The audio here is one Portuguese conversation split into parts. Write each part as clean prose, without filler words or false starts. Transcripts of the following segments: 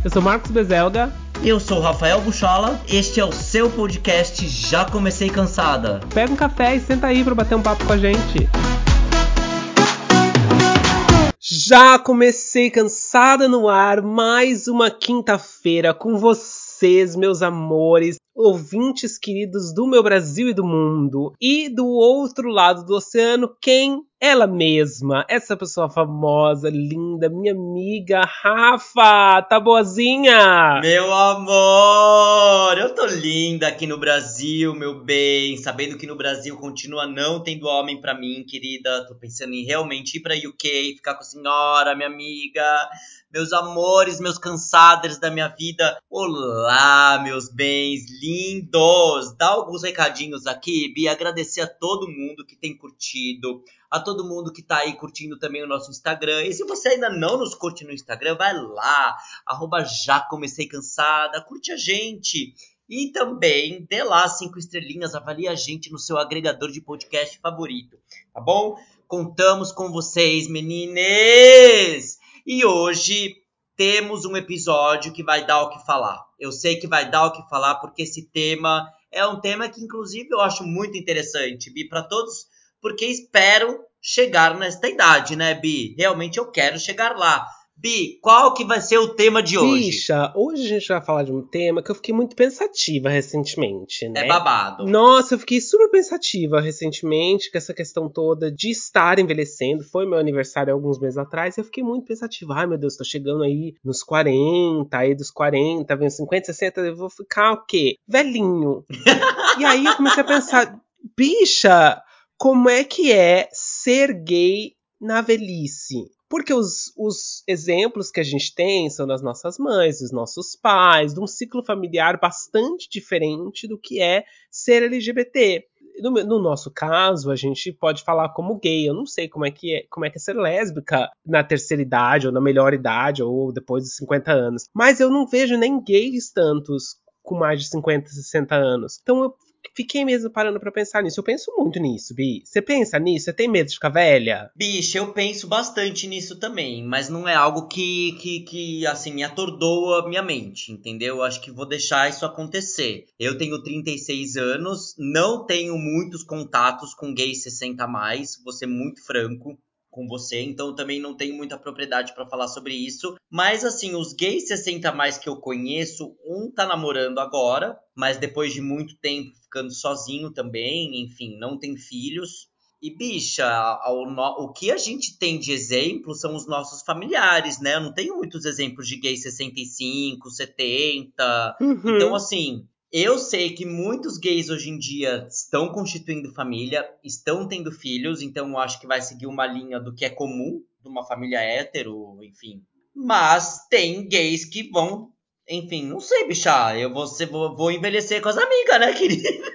Eu sou Marcos Bezelga. Eu sou o Rafael Buchola. Este é o seu podcast Já Comecei Cansada. Pega um café e senta aí pra bater um papo com a gente. Já comecei cansada no ar, mais uma quinta-feira com vocês, meus amores, ouvintes queridos do meu Brasil e do mundo. E do outro lado do oceano, quem? Ela mesma, essa pessoa famosa, linda, minha amiga Rafa, tá boazinha? Meu amor, eu tô linda aqui no Brasil, meu bem, sabendo que no Brasil continua não tendo homem pra mim, querida. Tô pensando em realmente ir pra UK, ficar com a senhora, minha amiga. Meus amores, meus cansaders da minha vida. Olá, meus bens lindos. Dá alguns recadinhos aqui, Bi, agradecer a todo mundo que tem curtido, a todo mundo que tá aí curtindo também o nosso Instagram. E se você ainda não nos curte no Instagram, vai lá, @JaComeceiCansada, curte a gente. E também dê lá 5 estrelinhas, avalie a gente no seu agregador de podcast favorito, tá bom? Contamos com vocês, menines! E hoje temos um episódio que vai dar o que falar. Eu sei que vai dar o que falar porque esse tema é um tema que inclusive eu acho muito interessante, Bi, para todos, porque espero chegar nesta idade, né, Bi? Realmente eu quero chegar lá. Bi, qual que vai ser o tema de hoje? Bicha, hoje a gente vai falar de um tema que eu fiquei muito pensativa recentemente, né? É babado. Nossa, eu fiquei super pensativa recentemente com essa questão toda de estar envelhecendo. Foi meu aniversário alguns meses atrás e eu fiquei muito pensativa. Ai, meu Deus, tô chegando aí nos 40, aí dos 40, vem 50, 60, eu vou ficar o quê? Velhinho. E aí eu comecei a pensar, bicha, como é que é ser gay na velhice? Porque os exemplos que a gente tem são das nossas mães, dos nossos pais, de um ciclo familiar bastante diferente do que é ser LGBT. No nosso caso, a gente pode falar como gay. Eu não sei como é ser lésbica na terceira idade, ou na melhor idade, ou depois dos 50 anos. Mas eu não vejo nem gays tantos com mais de 50, 60 anos. Então eu fiquei mesmo parando pra pensar nisso. Eu penso muito nisso, Bi. Você pensa nisso? Você tem medo de ficar velha? Bicho, eu penso bastante nisso também, mas não é algo que assim, me atordoa a minha mente, entendeu? Eu acho que vou deixar isso acontecer. Eu tenho 36 anos, não tenho muitos contatos com gays 60 a mais, vou ser muito franco com você, então eu também não tenho muita propriedade pra falar sobre isso. Mas assim, os gays 60 a mais que eu conheço, um tá namorando agora, mas depois de muito tempo ficando sozinho também, enfim, não tem filhos. E, bicha, o que a gente tem de exemplo são os nossos familiares, né? Eu não tenho muitos exemplos de gays 65, 70. Então, Uhum. assim, eu sei que muitos gays hoje em dia estão constituindo família, estão tendo filhos, então eu acho que vai seguir uma linha do que é comum de uma família hétero, enfim. Mas tem gays que vão, enfim, não sei, bicha, vou envelhecer com as amigas, né, querida?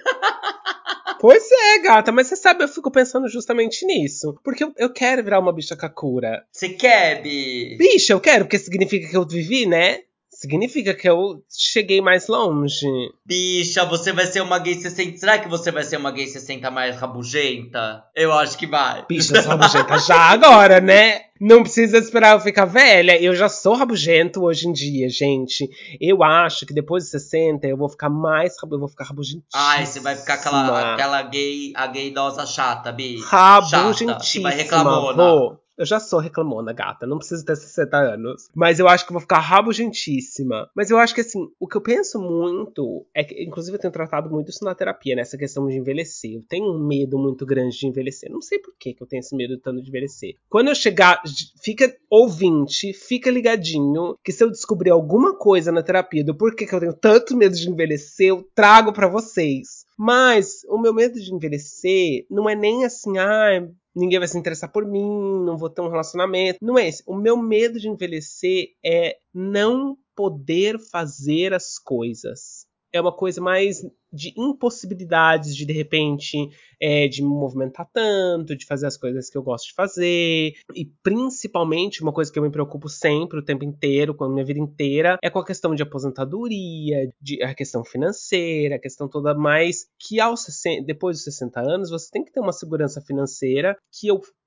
Pois é, gata, mas você sabe, eu fico pensando justamente nisso. Porque eu quero virar uma bicha kakura. Você quer, Bi? Bicha, eu quero, porque significa que eu vivi, né? Significa que eu cheguei mais longe. Bicha, você vai ser uma gay 60. Será que você vai ser uma gay 60 mais rabugenta? Eu acho que vai. Bicha, eu sou rabugenta já agora, né? Não precisa esperar eu ficar velha. Eu já sou rabugento hoje em dia, gente. Eu acho que depois de 60 eu vou ficar eu vou ficar Ai, você vai ficar rabugentíssima. a gay idosa chata, Bi. Chata, que vai Rabugentíssima, reclamona. vou. Eu já sou reclamona, gata. Não preciso ter 60 anos. Mas eu acho que eu vou ficar rabugentíssima. Mas eu acho que, assim, o que eu penso muito é que, inclusive, eu tenho tratado muito isso na terapia, né? Essa questão de envelhecer. Eu tenho um medo muito grande de envelhecer. Não sei por que eu tenho esse medo tanto de envelhecer. Quando eu chegar, fica ouvinte, fica ligadinho, que se eu descobrir alguma coisa na terapia do porquê que eu tenho tanto medo de envelhecer, eu trago pra vocês. Mas o meu medo de envelhecer não é nem assim, ninguém vai se interessar por mim, não vou ter um relacionamento. Não é esse. O meu medo de envelhecer é não poder fazer as coisas. É uma coisa mais de impossibilidades de repente, de me movimentar tanto, de fazer as coisas que eu gosto de fazer. E principalmente, uma coisa que eu me preocupo sempre, o tempo inteiro, com a minha vida inteira, é com a questão de aposentadoria, a questão financeira, a questão toda mais que depois dos 60 anos, você tem que ter uma segurança financeira que eu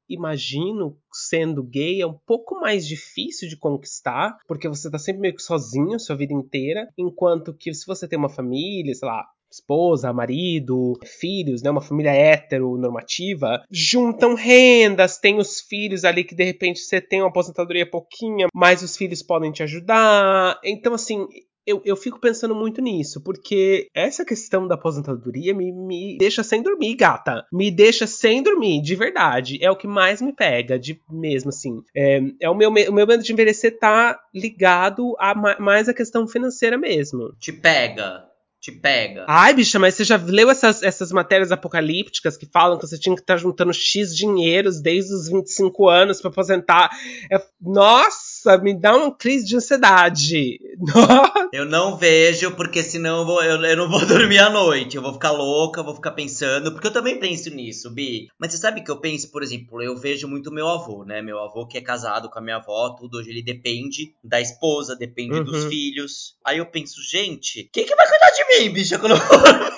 imagino, sendo gay, é um pouco mais difícil de conquistar, porque você tá sempre meio que sozinho sua vida inteira, enquanto que se você tem uma família, sei lá, esposa, marido, filhos, né, uma família heteronormativa, juntam rendas, tem os filhos ali que de repente você tem uma aposentadoria pouquinha, mas os filhos podem te ajudar. Então, assim, eu fico pensando muito nisso, porque essa questão da aposentadoria me deixa sem dormir, gata. Me deixa sem dormir, de verdade. É o que mais me pega, de mesmo, assim. O meu medo de envelhecer tá ligado a mais a questão financeira mesmo. Te pega. Te pega. Ai, bicha, mas você já leu essas matérias apocalípticas que falam que você tinha que estar juntando X dinheiros desde os 25 anos pra aposentar? Nossa, me dá uma crise de ansiedade. Eu não vejo, porque senão eu não vou dormir à noite. Eu vou ficar louca, eu vou ficar pensando. Porque eu também penso nisso, Bi. Mas você sabe que eu penso, por exemplo, eu vejo muito meu avô, né? Meu avô que é casado com a minha avó, tudo hoje ele depende da esposa, depende dos Uhum. filhos. Aí eu penso, gente, quem que vai cuidar de mim, bicha, quando eu for?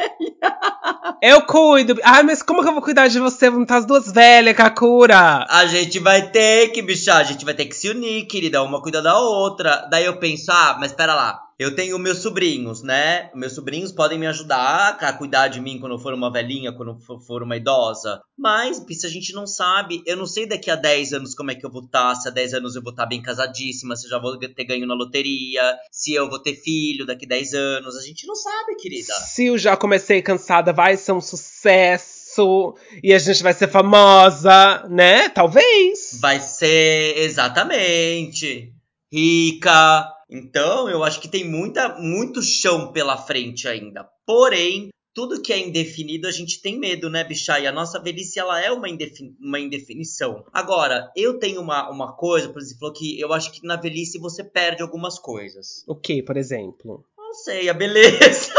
Eu cuido. Ai, mas como que eu vou cuidar de você? Vão estar as duas velhas, Kakura. A gente vai ter que, bicha, a gente vai ter que se unir, querida, uma cuida da outra. Daí eu penso, mas pera lá, eu tenho meus sobrinhos, né? Meus sobrinhos podem me ajudar a cuidar de mim quando eu for uma velhinha, quando eu for uma idosa. Mas, bicha, a gente não sabe. Eu não sei daqui a 10 anos como é que eu vou estar, se há 10 anos eu vou estar bem casadíssima, se eu já vou ter ganho na loteria, se eu vou ter filho daqui a 10 anos. A gente não sabe, querida. Se eu já comecei cansada, vai ser um sucesso. E a gente vai ser famosa, né? Talvez. Vai ser exatamente rica. Então, eu acho que tem muito chão pela frente ainda. Porém, tudo que é indefinido a gente tem medo, né, bicha? E a nossa velhice, ela é uma indefinição. Agora, eu tenho uma coisa, por exemplo, que eu acho que na velhice você perde algumas coisas. O que, por exemplo? Não sei, a beleza.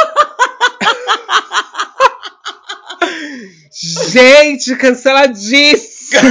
Gente, canceladíssimo!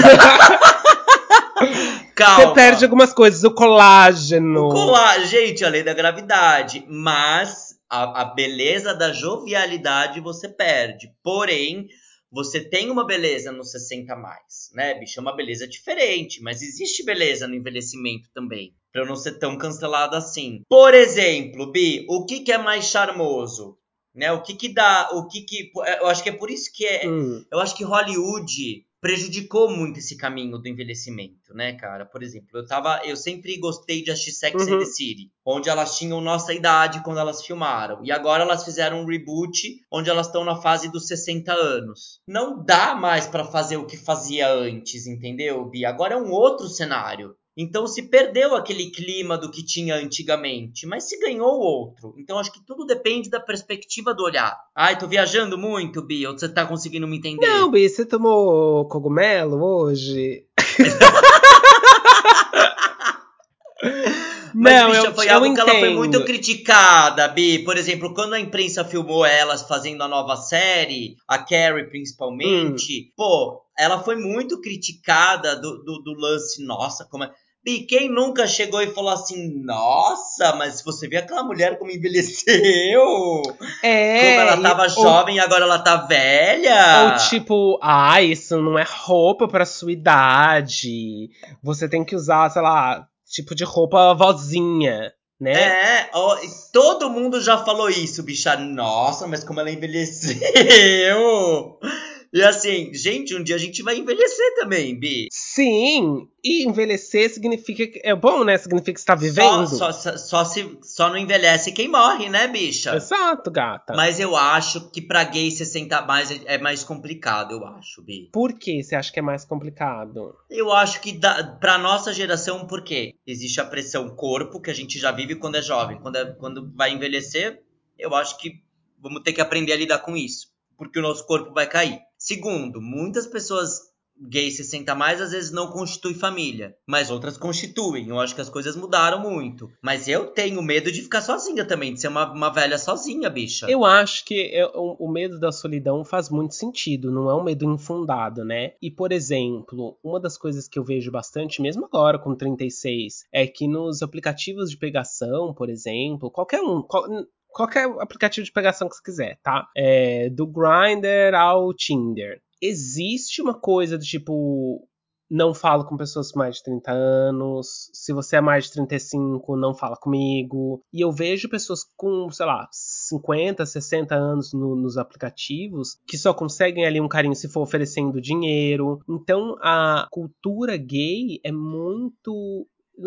Você perde Calma. algumas coisas, o O colágeno. colar, gente, a lei da gravidade. Mas a beleza da jovialidade você perde. Porém, você tem uma beleza nos 60 a mais, né, bicho? É uma beleza diferente, mas existe beleza no envelhecimento também. Pra eu não ser tão cancelado assim. Por exemplo, Bi, o que é mais charmoso? Né? O que dá. Eu acho que é por isso que eu acho que Hollywood prejudicou muito esse caminho do envelhecimento, né, cara? Por exemplo, eu sempre gostei de assistir Sex and the Uhum. City, onde elas tinham nossa idade quando elas filmaram. E agora elas fizeram um reboot, onde elas estão na fase dos 60 anos. Não dá mais pra fazer o que fazia antes, entendeu, Bi? Agora é um outro cenário. Então se perdeu aquele clima do que tinha antigamente, mas se ganhou outro. Então acho que tudo depende da perspectiva do olhar. Ai, tô viajando muito, Bi, ou você tá conseguindo me Não, entender? Bi, você tomou cogumelo hoje? Mas, Não, bicha, foi eu algo que ela foi muito entendo. criticada, Bi. Por exemplo, quando a imprensa filmou elas fazendo a nova série, a Carrie Hum. principalmente, pô, ela foi muito criticada do lance, nossa, como é. Bi, quem nunca chegou e falou assim, nossa, mas se você vê aquela mulher como envelheceu, como ela tava jovem e agora ela tá Ou velha. tipo, isso não é roupa pra sua idade. Você tem que usar, sei lá, tipo de roupa vozinha, né? Ó, e todo mundo já falou isso, bicha. Nossa, mas como ela envelheceu! E assim, gente, um dia a gente vai envelhecer também, Bi. Sim, e envelhecer significa que é bom, né? Significa que está Só, vivendo. só, só não envelhece quem morre, né, bicha? Exato, gata. Mas eu acho que pra gay 60 a mais é mais complicado, eu acho, Bi. Por que você acha que é mais complicado? Eu acho que pra nossa geração, por quê? Existe a pressão corpo, que a gente já vive quando é jovem. Quando vai envelhecer, eu acho que vamos ter que aprender a lidar com isso. Porque o nosso corpo vai cair. Segundo, muitas pessoas gays 60 a mais às vezes não constituem família. Mas outras constituem. Eu acho que as coisas mudaram muito. Mas eu tenho medo de ficar sozinha também. De ser uma velha sozinha, bicha. Eu acho que o medo da solidão faz muito sentido, não é um medo infundado, né? E, por exemplo, uma das coisas que eu vejo bastante, mesmo agora com 36, é que nos aplicativos de pegação, por exemplo, qualquer aplicativo de pegação que você quiser, tá? Do Grindr ao Tinder. Existe uma coisa do tipo. não falo com pessoas com mais de 30 anos. Se você é mais de 35, não fala comigo. E eu vejo pessoas com, sei lá, 50, 60 anos nos aplicativos que só conseguem ali um carinho se for oferecendo dinheiro. Então a cultura gay é muito.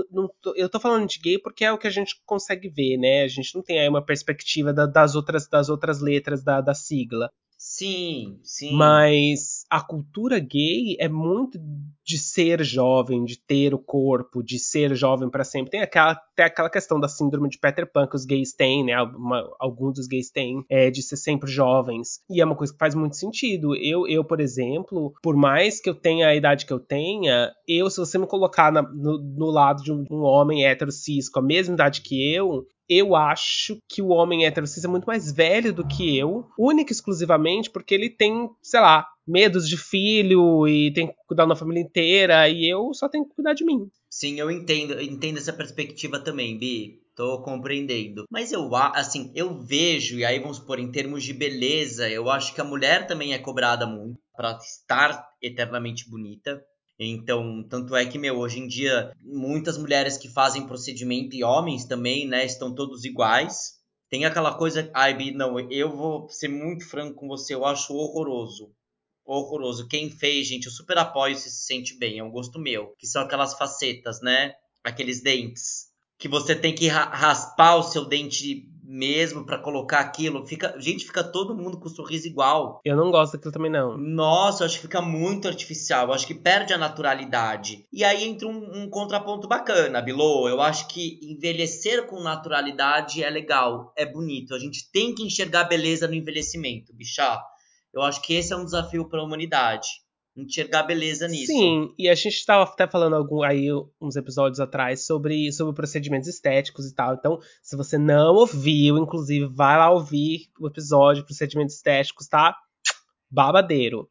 Eu tô falando de gay porque é o que a gente consegue ver, né? A gente não tem aí uma perspectiva das outras letras da sigla. Sim, sim. Mas a cultura gay é muito de ser jovem, de ter o corpo, de ser jovem pra sempre. Tem aquela questão da síndrome de Peter Pan que os gays têm, né? Alguns dos gays têm, de ser sempre jovens. E é uma coisa que faz muito sentido. Por exemplo, por mais que eu tenha a idade que eu tenha, se você me colocar no lado de um homem hétero cis com a mesma idade que eu acho que o homem hétero cis é muito mais velho do que eu, única e exclusivamente porque ele tem, sei lá, medos de filho e tem que cuidar da família inteira, e eu só tenho que cuidar de mim. Sim, eu entendo essa perspectiva também, Bi. Tô compreendendo. Mas assim, eu vejo, e aí vamos supor, em termos de beleza, eu acho que a mulher também é cobrada muito pra estar eternamente bonita. Então, tanto é que, meu, hoje em dia, muitas mulheres que fazem procedimento e homens também, né, estão todos iguais. Tem aquela coisa, ai, Bi, não, eu vou ser muito franco com você, eu acho horroroso. Horroroso. Quem fez, gente, eu super apoio se sente bem, é um gosto meu. Que são aquelas facetas, né? Aqueles dentes. Que você tem que raspar o seu dente mesmo pra colocar aquilo. Gente, fica todo mundo com o sorriso igual. Eu não gosto daquilo também, não. Nossa, eu acho que fica muito artificial. Eu acho que perde a naturalidade. E aí entra um contraponto bacana, Bilô. Eu acho que envelhecer com naturalidade é legal, é bonito. A gente tem que enxergar beleza no envelhecimento, bichá. Eu acho que esse é um desafio para a humanidade. Enxergar beleza nisso. Sim, e a gente estava até falando aí uns episódios atrás sobre procedimentos estéticos e tal. Então, se você não ouviu, inclusive, vai lá ouvir o episódio de procedimentos estéticos, tá? Babadeiro.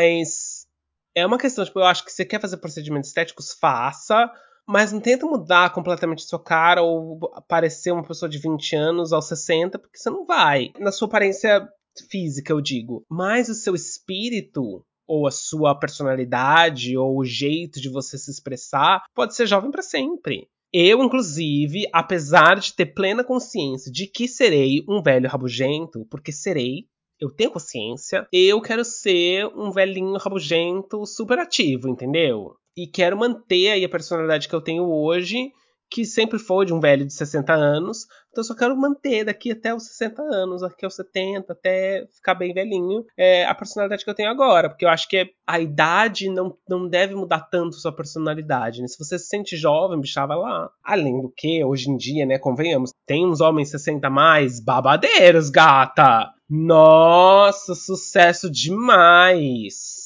Mas é uma questão, tipo, eu acho que você quer fazer procedimentos estéticos, faça, mas não tenta mudar completamente a sua cara ou parecer uma pessoa de 20 anos aos 60, porque você não vai. Na sua aparência física, eu digo. Mas o seu espírito, ou a sua personalidade, ou o jeito de você se expressar, pode ser jovem para sempre. Eu, inclusive, apesar de ter plena consciência de que serei um velho rabugento, porque serei, eu tenho consciência, eu quero ser um velhinho rabugento super ativo, entendeu? E quero manter aí a personalidade que eu tenho hoje, que sempre foi de um velho de 60 anos. Então eu só quero manter daqui até os 60 anos, daqui aos 70, até ficar bem velhinho, a personalidade que eu tenho agora. Porque eu acho que a idade não deve mudar tanto sua personalidade, né? Se você se sente jovem, bicha, vai lá. Além do que, hoje em dia, né, convenhamos, tem uns homens 60 a mais babadeiros, gata! Nossa, sucesso demais!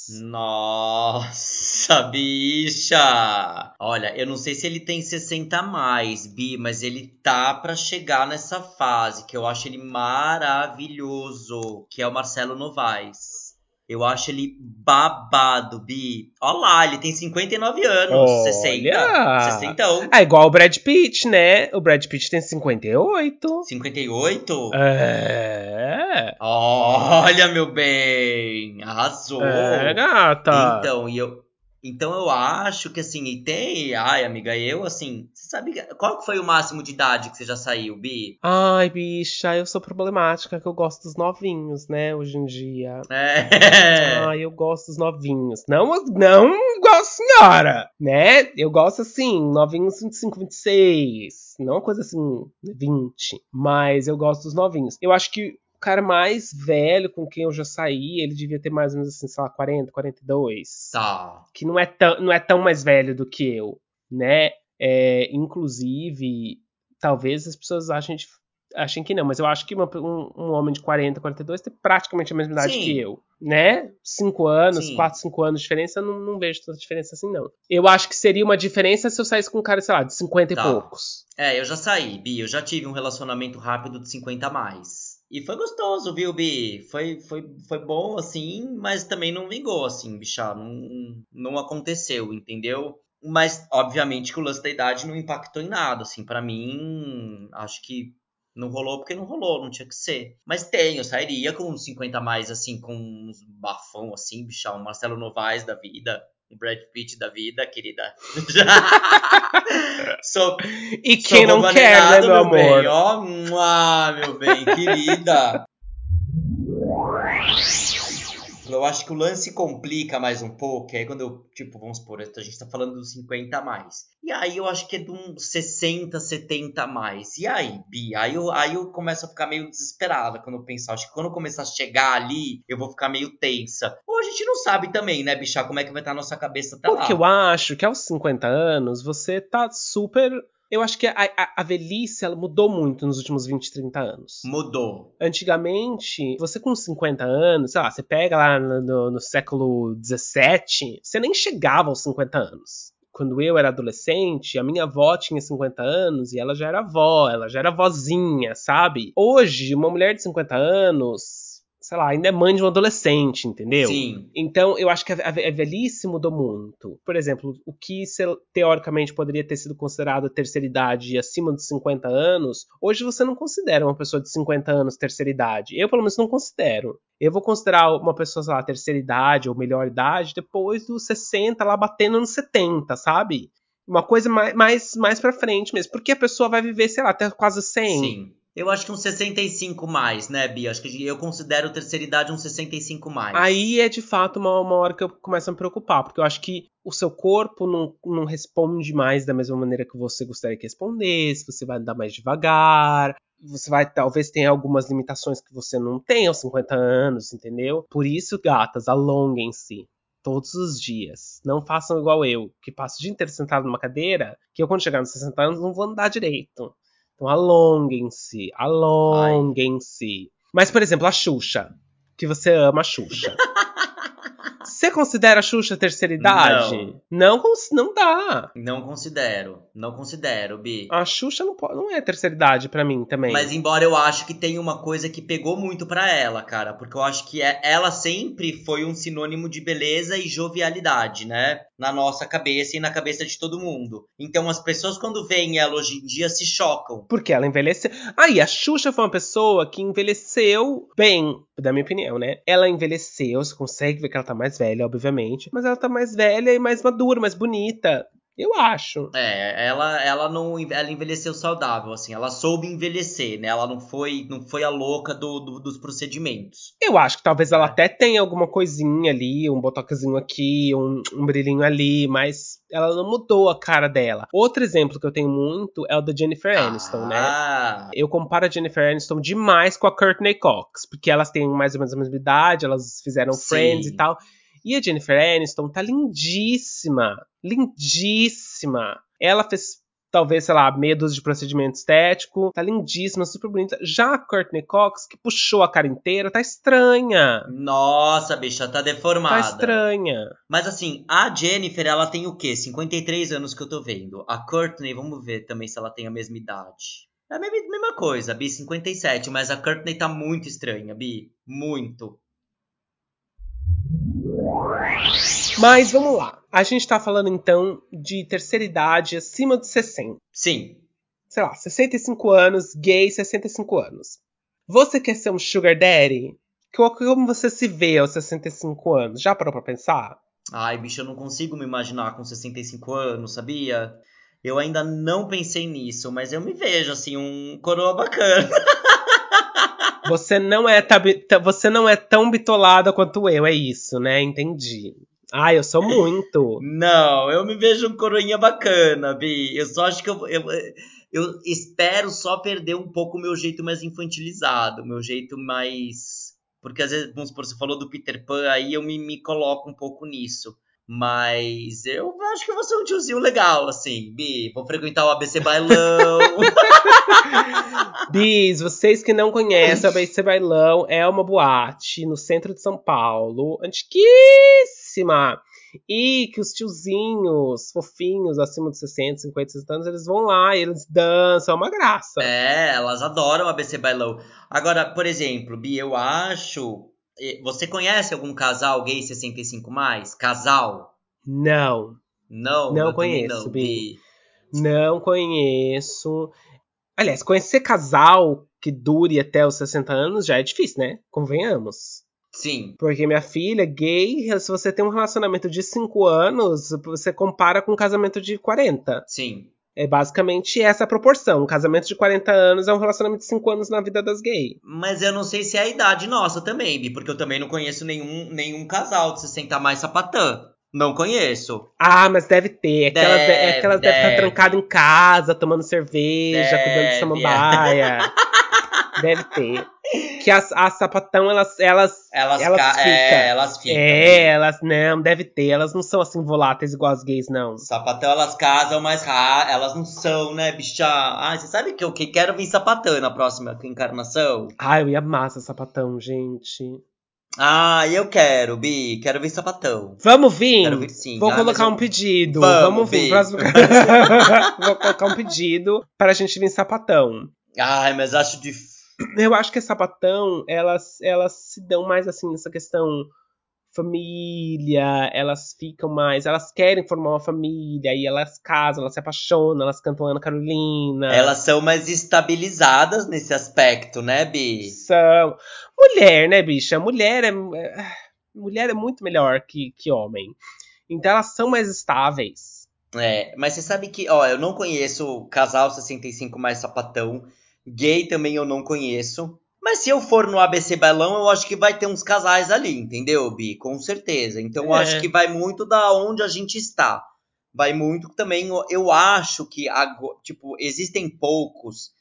Nossa, bicha! Olha, eu não sei se ele tem 60 a mais, Bi, mas ele tá pra chegar nessa fase, que eu acho ele maravilhoso, que é o Marcelo Novaes. Eu acho ele babado, Bi. Olha lá, ele tem 59 anos, 60. Olha! 60. É igual o Brad Pitt, né? O Brad Pitt tem 58. 58? É. Olha, meu bem, É, arrasou. gata. Então, então eu acho que assim, ai, amiga, eu assim, você sabe qual que foi o máximo de idade que você já saiu, Bi? Ai, bicha, eu sou problemática, que eu gosto dos novinhos, né, hoje em dia. É. Ai, eu gosto dos novinhos. Não igual a senhora, né? Eu gosto assim, novinhos 25, 26. Não uma coisa assim, 20. Mas eu gosto dos novinhos. Eu acho que o cara mais velho com quem eu já saí, ele devia ter mais ou menos assim, sei lá, 40, 42. Tá. Que não é tão mais velho do que eu, né? Inclusive, talvez as pessoas achem que não, mas eu acho que um homem de 40, 42 tem praticamente a mesma idade que Sim, eu, né? 5 anos, sim. 4, 5 anos de diferença, eu não vejo tanta diferença assim, não. Eu acho que seria uma diferença se eu saísse com um cara, sei lá, de 50 e Tá. poucos. É, eu já saí, Bi, eu já tive um relacionamento rápido de 50 a mais. E foi gostoso, viu, Bi? Foi bom, assim, mas também não vingou, assim, bicha. Não aconteceu, entendeu? Mas, obviamente, que o lance da idade não impactou em nada, assim. Pra mim, acho que não rolou porque não rolou, não tinha que ser. Mas eu sairia com uns 50 a mais, assim, com uns bafão, assim, bicha. Um Marcelo Novaes da vida. um Brad Pitt da vida, querida. Sou, E sou quem não quer, né, bobanenado, meu meu bem. amor? Ó, meu bem, querida. Eu acho que o lance complica mais um pouco, aí quando eu, tipo, vamos supor, a gente tá falando dos 50 a mais. E aí eu acho que é de uns 60, 70 a mais. E aí, Bi? Aí eu começo a ficar meio desesperada quando eu pensar. Acho que quando eu começar a chegar ali, eu vou ficar meio tensa. Ou a gente não sabe também, né, bicha, como é que vai estar a nossa cabeça até Porque eu lá. acho que aos 50 anos você tá super. Eu acho que a velhice ela mudou muito nos últimos 20, 30 anos. Mudou. Antigamente, você com 50 anos, sei lá, você pega lá no século XVII, você nem chegava aos 50 anos. Quando eu era adolescente, a minha avó tinha 50 anos e ela já era avó, ela já era vozinha, sabe? Hoje, uma mulher de 50 anos, sei lá, ainda é mãe de um adolescente, entendeu? Sim. Então, eu acho que a velhice mudou muito. Por exemplo, o que teoricamente poderia ter sido considerado terceira idade acima de 50 anos, hoje você não considera uma pessoa de 50 anos terceira idade. Eu, pelo menos, não considero. Eu vou considerar uma pessoa, sei lá, terceira idade ou melhor idade depois dos 60, lá batendo nos 70, sabe? Uma coisa mais pra frente mesmo. Porque a pessoa vai viver, sei lá, até quase 100. Sim. Eu acho que uns 65 mais, né, Bia? Acho que eu considero terceira idade uns 65 mais. Aí é de fato uma hora que eu começo a me preocupar, porque eu acho que o seu corpo não responde mais da mesma maneira que você gostaria que respondesse, você vai andar mais devagar, você vai talvez tenha algumas limitações que você não tem aos 50 anos, entendeu? Por isso, gatas, alonguem-se todos os dias. Não façam igual eu, que passo o dia inteiro sentado numa cadeira, que eu quando chegar nos 60 anos não vou andar direito. Então alonguem-se, Ai. alonguem-se. Mas, por exemplo, a Xuxa que você ama a Xuxa. Você considera a Xuxa terceira idade? Não. Não dá. Não considero. Não considero, Bi. A Xuxa não é terceira idade pra mim também. Mas embora eu acho que tem uma coisa que pegou muito pra ela, cara, porque eu acho que ela sempre foi um sinônimo de beleza e jovialidade, né? Na nossa cabeça e na cabeça de todo mundo. Então as pessoas quando veem ela hoje em dia se chocam. Porque ela envelheceu. Aí, a Xuxa foi uma pessoa que envelheceu bem, da minha opinião, né? Ela envelheceu, você consegue ver que ela tá mais velha, obviamente. Mas ela tá mais velha e mais madura, mais bonita. Eu acho. Ela não, ela envelheceu saudável, assim, ela soube envelhecer, né? Ela não foi a louca dos procedimentos, Eu acho que talvez ela né? até tenha alguma coisinha ali, um botoxinho aqui, um brilhinho ali, mas ela não mudou a cara dela. Outro exemplo que eu tenho muito é o da Jennifer Aniston, né? Ah, Eu comparo a Jennifer Aniston demais com a Courtney Cox, porque elas têm mais ou menos a mesma idade, elas fizeram Friends e sim. tal. E a Jennifer Aniston tá lindíssima, lindíssima. Ela fez talvez, sei lá, medos de procedimento estético, tá lindíssima, super bonita. Já a Courtney Cox, que puxou a cara inteira, tá estranha. Nossa, bicha, tá Tá deformada. estranha. Mas assim, a Jennifer, ela tem o quê? 53 anos que eu tô vendo. A Courtney, vamos ver também se ela tem a mesma idade. É a mesma coisa, Bi, 57, mas a Courtney tá muito estranha, Bi. Muito. Mas vamos lá. A gente tá falando então de terceira idade acima de 60. Sim. Sei lá, 65 anos, gay, 65 anos. Você quer ser um sugar daddy? Como você se vê aos 65 anos? Já parou pra pensar? Ai, bicho, eu não consigo me imaginar com 65 anos, sabia? Eu ainda não pensei nisso, mas eu me vejo assim, um coroa bacana. Você não é tão bitolada quanto eu, é isso, né? Entendi. Ah, eu sou muito. Não, eu me vejo um coroinha bacana, Bi. Eu só acho que eu espero só perder um pouco o meu jeito mais infantilizado, o meu jeito mais. Porque às vezes, vamos supor, você falou do Peter Pan, aí eu me coloco um pouco nisso. Mas eu acho que eu vou ser um tiozinho legal, assim, Bi. Vou frequentar o ABC Bailão. Bis, vocês que não conhecem, a ABC Bailão é uma boate no centro de São Paulo, antiquíssima. E que os tiozinhos fofinhos, acima de 60, 50, 60 anos, eles vão lá e eles dançam, é uma graça. É, elas adoram ABC Bailão. Agora, por exemplo, Bi, eu acho. Você conhece algum casal gay 65 mais? Casal? Não, Não, não eu também conheço, não, Bi. Bi. Não conheço. Aliás, conhecer casal que dure até os 60 anos já é difícil, né? Convenhamos. Sim. Porque minha filha, gay, se você tem um relacionamento de 5 anos, você compara com um casamento de 40. Sim. É basicamente essa a proporção. Um casamento de 40 anos é um relacionamento de 5 anos na vida das gays. Mas eu não sei se é a idade nossa também, Bi, porque eu também não conheço nenhum casal de 60 a mais sapatã. Não conheço. Ah, mas deve ter. É que Deve, elas devem estar trancadas deve. em casa, tomando cerveja, cuidando de Deve. samambaia. Deve ter. Que as sapatão, elas ficam. Elas ficam, Bi. Elas não, deve ter. Elas não são assim voláteis igual as gays, não. Sapatão, elas casam mais rápido. Elas não são, né, bicha? Ah, você sabe que eu quero vir sapatão na próxima encarnação? Ai, eu ia amar essa sapatão, gente. Ah, eu quero, Bi. Quero vir sapatão. Vamos vir? Quero vir sim. Vou Ah, mas colocar um eu. pedido. Vamos, Vamos vir. Bi. Próximo... Vou colocar um pedido para a gente vir sapatão. Ai, mas acho difícil. Eu acho que a sapatão, elas se dão mais assim nessa questão família, elas ficam mais, elas querem formar uma família, aí elas casam, elas se apaixonam, elas cantam Ana Carolina. Elas são mais estabilizadas nesse aspecto, né, Bi? São mulher, né, bicha? Mulher é muito melhor que homem. Então elas são mais estáveis. É, mas você sabe que, ó, eu não conheço casal 65 mais sapatão. Gay também eu não conheço. Mas se eu for no ABC Bailão, eu acho que vai ter uns casais ali, entendeu, Bi? Com certeza. Então eu acho que É. vai muito da onde a gente está. Vai muito também, eu acho que, tipo, existem poucos.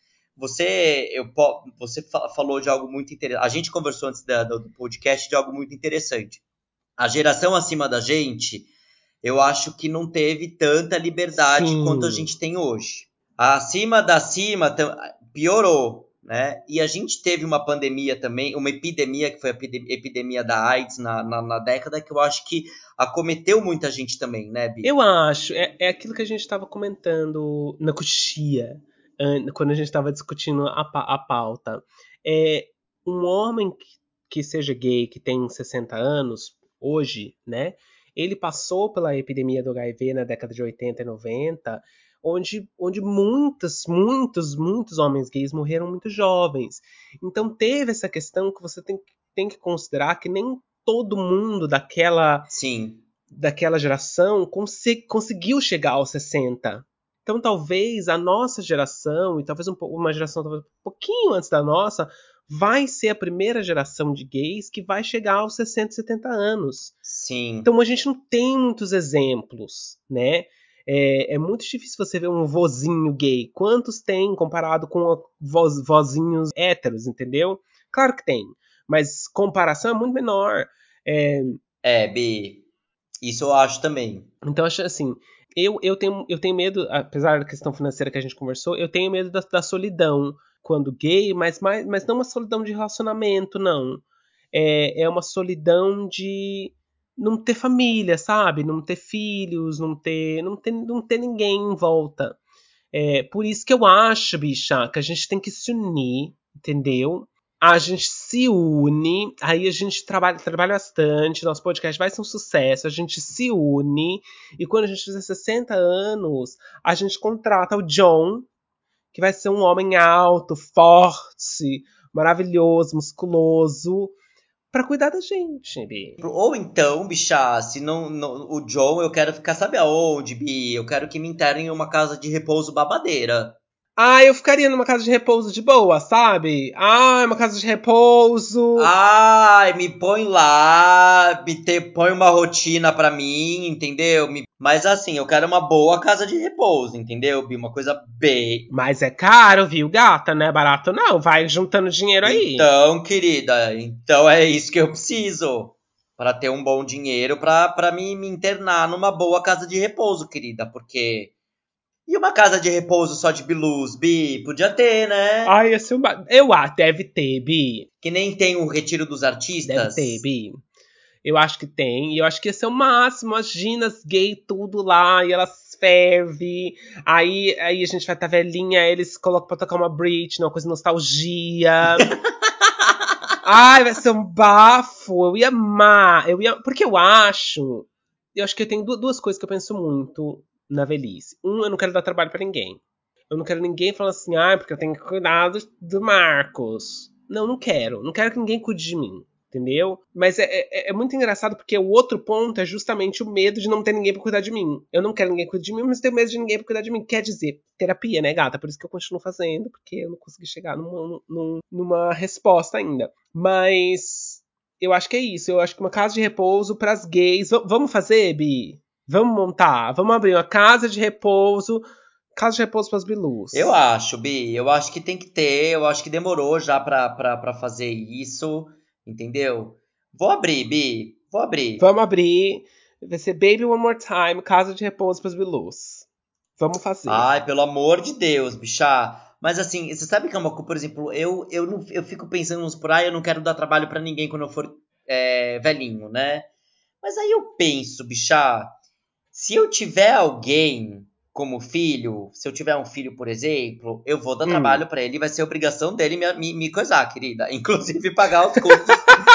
Você falou de algo muito interessante. A gente conversou antes do podcast de algo muito interessante. A geração acima da gente, eu acho que não teve tanta liberdade quanto a Sim. gente tem hoje. Acima da cima piorou, né? E a gente teve uma pandemia também, uma epidemia, que foi a epidemia da AIDS na década, que eu acho que acometeu muita gente também, né, Bi? Eu acho, é aquilo que a gente estava comentando na coxia, quando a gente estava discutindo a pauta. É, um homem que seja gay, que tem 60 anos, hoje, né? Ele passou pela epidemia do HIV na década de 80 e 90, onde muitos homens gays morreram muito jovens. Então teve essa questão que você tem que considerar que nem todo mundo Sim. daquela geração conseguiu chegar aos 60. Então, talvez a nossa geração, e talvez uma geração talvez um pouquinho antes da nossa, vai ser a primeira geração de gays que vai chegar aos 60, 70 anos. Sim. Então, a gente não tem muitos exemplos, né? É muito difícil você ver um vozinho gay. Quantos tem comparado com vozinhos héteros, entendeu? Claro que tem, mas comparação é muito menor. É, É, Bi. Isso eu acho também. Então, acho assim, eu tenho medo, apesar da questão financeira que a gente conversou, eu tenho medo da solidão quando gay, mas não uma solidão de relacionamento, não. É uma solidão de não ter família, sabe? Não ter filhos, não ter ninguém em volta. Por isso que eu acho, bicha, que a gente tem que se unir, entendeu? A gente se une, aí a gente trabalha bastante, nosso podcast vai ser um sucesso, a gente se une, e quando a gente fizer 60 anos, a gente contrata o John, que vai ser um homem alto, forte, maravilhoso, musculoso, pra cuidar da gente, Bi. Ou então, bicha, se o John, eu quero ficar, sabe aonde, Bi? Eu quero que me internem em uma casa de repouso babadeira. Ah, eu ficaria numa casa de repouso de boa, sabe? Ah, uma casa de repouso. Ai, me põe lá, põe uma rotina pra mim, entendeu? Mas assim, eu quero uma boa casa de repouso, entendeu, Bi? Uma coisa bem. Mas é caro, viu, gata? Não é barato, não. Vai juntando dinheiro aí. Então, querida, então é isso que eu preciso. Pra ter um bom dinheiro pra me internar numa boa casa de repouso, querida. Porque. E uma casa de repouso só de bilus, Bi? Podia ter, né? Ai, esse eu acho, deve ter, Bi. Que nem tem o Retiro dos Deve ter, Artistas. Bi. Eu acho que tem. E eu acho que esse é o máximo. Imagina as gay tudo lá. E elas fervem. Aí a gente vai estar velhinha. Eles colocam pra tocar uma Britney, uma coisa de nostalgia. Ai, vai ser um bafo. Eu ia amar. Porque eu acho que eu tenho duas coisas que eu penso muito na velhice. Eu não quero dar trabalho pra ninguém. Eu não quero ninguém falando assim, porque eu tenho que cuidar do Marcos. Não, não quero. Não quero que ninguém cuide de mim. Entendeu? Mas é muito engraçado porque o outro ponto é justamente o medo de não ter ninguém pra cuidar de mim. Eu não quero ninguém cuidar de mim, mas tenho medo de ninguém pra cuidar de mim. Quer dizer, terapia, né, gata? Por isso que eu continuo fazendo, porque eu não consegui chegar numa resposta ainda. Mas eu acho que é isso. Eu acho que uma casa de repouso pras gays. Vamos fazer, Bi? Vamos montar? Vamos abrir uma casa de repouso. Casa de repouso pras Bilus. Eu acho, Bi. Eu acho que tem que ter. Eu acho que demorou já pra fazer isso. Entendeu? Vou abrir, Bi. Vou abrir. Vamos abrir. Vai ser Baby One More Time, casa de repouso pras Bilus. Vamos fazer. Ai, pelo amor de Deus, bicha. Mas assim, você sabe que é uma coisa, por exemplo, eu fico pensando nos por aí, eu não quero dar trabalho pra ninguém quando eu for velhinho, né? Mas aí eu penso, bicha, se eu tiver alguém como filho, se eu tiver um filho, por exemplo, eu vou dar trabalho pra ele, vai ser obrigação dele me coisar, querida. Inclusive pagar os custos.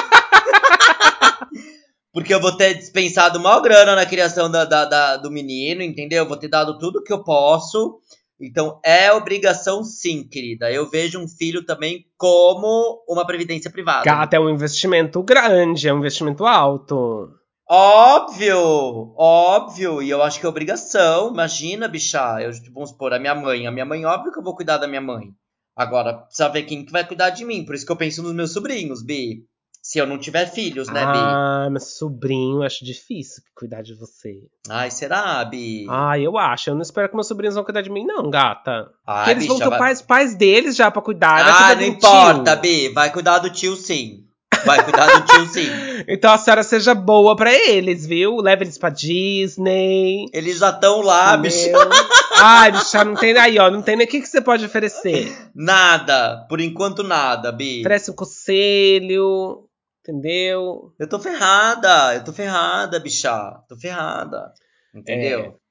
Porque eu vou ter dispensado mal grana na criação do menino, entendeu? Eu vou ter dado tudo que eu posso. Então, é obrigação sim, querida. Eu vejo um filho também como uma previdência privada. Gata, é um investimento grande, é um investimento alto. Óbvio, óbvio. E eu acho que é obrigação. Imagina, bicha. Vamos supor, a minha mãe. A minha mãe, óbvio que eu vou cuidar da minha mãe. Agora, precisa ver quem que vai cuidar de mim. Por isso que eu penso nos meus sobrinhos, Bi. Se eu não tiver filhos, né, Bi? Ah, mas sobrinho, acho difícil cuidar de você. Ai, será, Bi? Ah, eu acho. Eu não espero que meus sobrinhos vão cuidar de mim, não, gata. Porque Ai, eles vão bicha, ter vai. os pais deles já pra cuidar. Vai Ah, cuidar não do importa, tio. Bi. Vai cuidar do tio, sim. Vai cuidar do tio, sim. Então a senhora seja boa pra eles, viu? Leva eles pra Disney. Eles já estão lá, bicho. Entendeu? Ah, eles já não tem. Aí, ó, não tem nem o que você pode oferecer. Nada. Por enquanto, nada, Bi. Oferece um conselho. Entendeu? Eu tô ferrada, bicha. Tô ferrada. É. Entendeu?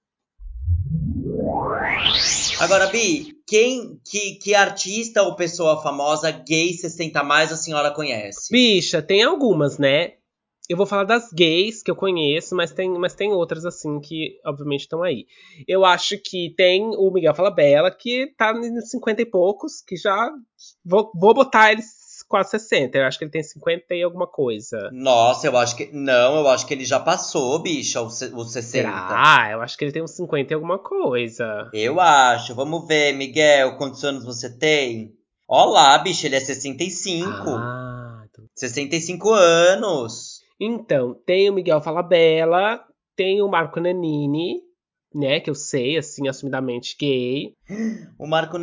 Agora, Bi, que artista ou pessoa famosa gay 60 mais a senhora conhece? Bicha, tem algumas, né? Eu vou falar das gays que eu conheço, mas tem outras, assim, que obviamente estão aí. Eu acho que tem o Miguel Falabella, que tá nos 50 e poucos, que já. Vou botar ele quase 60. Eu acho que ele tem 50 e alguma coisa. Nossa, eu acho que. Não, eu acho que ele já passou, bicha, os 60. Será? Eu acho que ele tem uns 50 e alguma coisa. Eu acho. Vamos ver, Miguel, quantos anos você tem? Olá, bicho, ele é 65. Ah, então. 65 anos. Então, tem o Miguel Falabella, tem o Marco Nanini, né? Que eu sei, assim, assumidamente gay. O Marco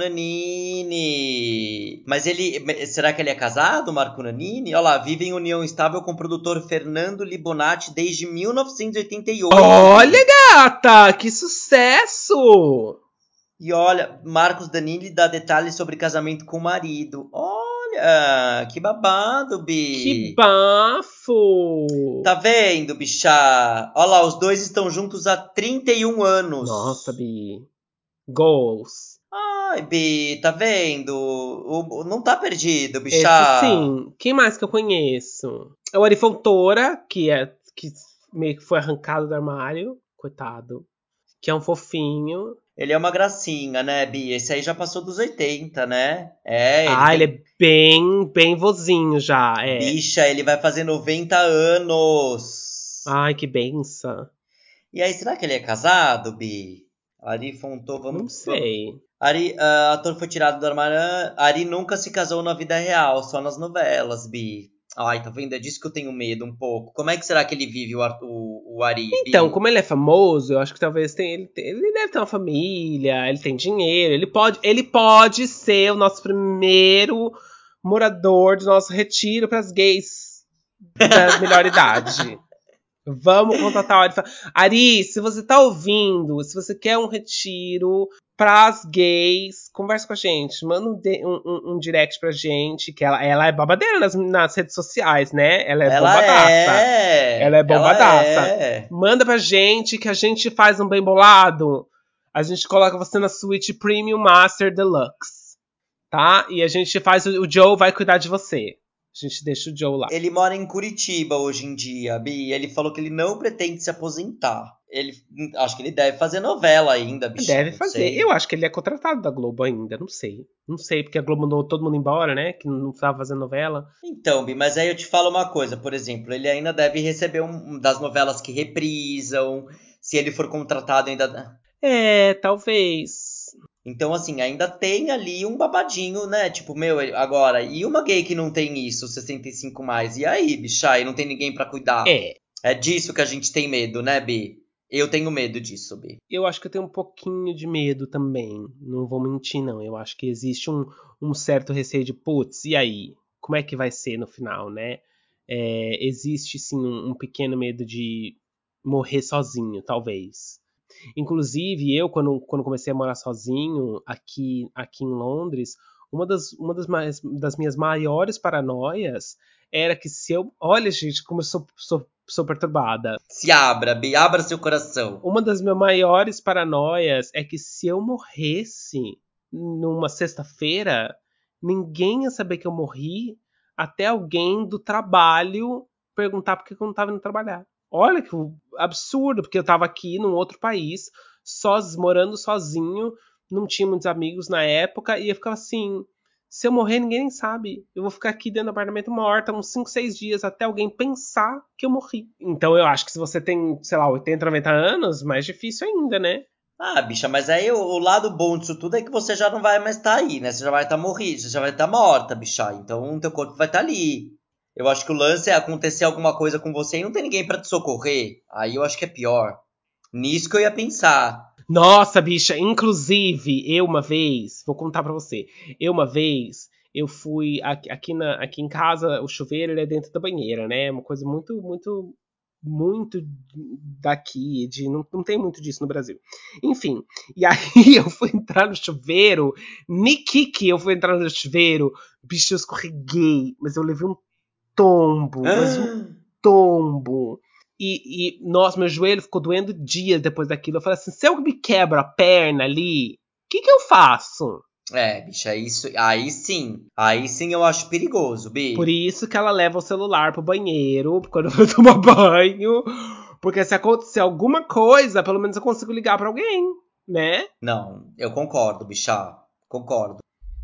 Nanini. Mas ele. Será que ele é casado, o Marco Nanini? Olha lá, vive em união estável com o produtor Fernando Libonati desde 1988. Olha, gata! Que sucesso! E olha, Marcos Danini dá detalhes sobre casamento com o marido. Olha, que babado, Que Bi. bafo! Tá vendo, bicha? Olha lá, os dois estão juntos há 31 Nossa, anos. Bi. Goals. Ai, Bi, tá vendo? Não tá perdido, Esse bicha. sim. Quem mais que eu conheço? É o Ari Fontoura, que meio que foi arrancado do armário. Coitado. Que é um fofinho. Ele é uma gracinha, né, Bi? Esse aí já passou dos 80, né? É, ele Ah, ele tem. é bem, bem vozinho já, é. Bicha, ele vai fazer 90 anos. Ai, que benção. E aí, será que ele é casado, Bi? Ari Fontoura, Não vamos. sei. Ari, ator foi tirado do armário. Ari nunca se casou na vida real, só nas novelas, Bi. Ai, tá vendo? É disso que eu tenho medo um pouco. Como é que será que ele vive o Ari, Então, Bi? como ele é famoso, eu acho que talvez ele deve ter uma família, ele tem dinheiro, ele pode ser o nosso primeiro morador do nosso retiro para as gays da melhor idade. Vamos contatar o Ari. Ari, se você tá ouvindo, se você quer um retiro pras gays, conversa com a gente. Manda um direct pra gente, que ela é babadeira nas redes sociais, né? Ela é Ela bombadaça. Ela é. é Ela bombadaça. é. Manda pra gente que a gente faz um bem bolado. A gente coloca você na suíte Premium Master Deluxe. Tá? E a gente faz. O Joe vai cuidar de você. A gente deixa o Joe lá. Ele mora em Curitiba hoje em dia, Bi. Ele falou que ele não pretende se aposentar. Acho que ele deve fazer novela ainda, bicha. Deve Não fazer. sei. Eu acho que ele é contratado da Globo ainda, não sei. Não sei, porque a Globo mandou todo mundo embora, né? Que não estava fazendo novela. Então, Bi, mas aí eu te falo uma coisa, por exemplo, ele ainda deve receber das novelas que reprisam, se ele for contratado ainda. É, talvez. Então, assim, ainda tem ali um babadinho, né? Tipo, meu, agora, e uma gay que não tem isso, 65 mais? E aí, bicha, e não tem ninguém pra cuidar? É. É disso que a gente tem medo, né, Bi? Eu tenho medo disso, Bi. Eu acho que eu tenho um pouquinho de medo também. Não vou mentir, não. Eu acho que existe um certo receio de, putz, e aí? Como é que vai ser no final, né? É, existe, sim, um pequeno medo de morrer sozinho, talvez. Inclusive, eu, quando comecei a morar sozinho aqui em Londres, das minhas maiores paranoias era que se eu. Olha, gente, como eu sou perturbada. Se abra, Bi, abra seu coração. Uma das minhas maiores paranoias é que se eu morresse numa sexta-feira, ninguém ia saber que eu morri até alguém do trabalho perguntar por que eu não estava indo trabalhar. Olha que absurdo, porque eu estava aqui num outro país, morando sozinho, não tinha muitos amigos na época, e eu ficava assim: se eu morrer, ninguém nem sabe. Eu vou ficar aqui dentro do apartamento morta uns 5, 6 dias até alguém pensar que eu morri. Então eu acho que se você tem, sei lá, 80, 90 anos, mais difícil ainda, né? Ah, bicha, mas aí o lado bom disso tudo é que você já não vai mais estar aí, né? Você já vai estar morrida, você já vai estar morta, bicha. Então o teu corpo vai estar ali. Eu acho que o lance é acontecer alguma coisa com você e não tem ninguém pra te socorrer. Aí eu acho que é pior. Nisso que eu ia pensar. Nossa, bicha, inclusive, eu uma vez, vou contar pra você. Eu fui aqui em casa, o chuveiro ele é dentro da banheira, né? É uma coisa muito, muito, muito daqui, não tem muito disso no Brasil. Enfim, e aí eu fui entrar no chuveiro, Nikiki, eu fui entrar no chuveiro, bicho, eu escorreguei, mas eu levei um tombo, mas um tombo. Nossa, meu joelho ficou doendo dias depois daquilo. Eu falei assim: se eu me quebro a perna ali, o que eu faço? É, bicha, isso. Aí sim. Aí sim eu acho perigoso, Por Bi. isso que ela leva o celular pro banheiro quando eu vou tomar banho. Porque se acontecer alguma coisa, pelo menos eu consigo ligar pra alguém, né? Não, eu concordo, bicha. Concordo.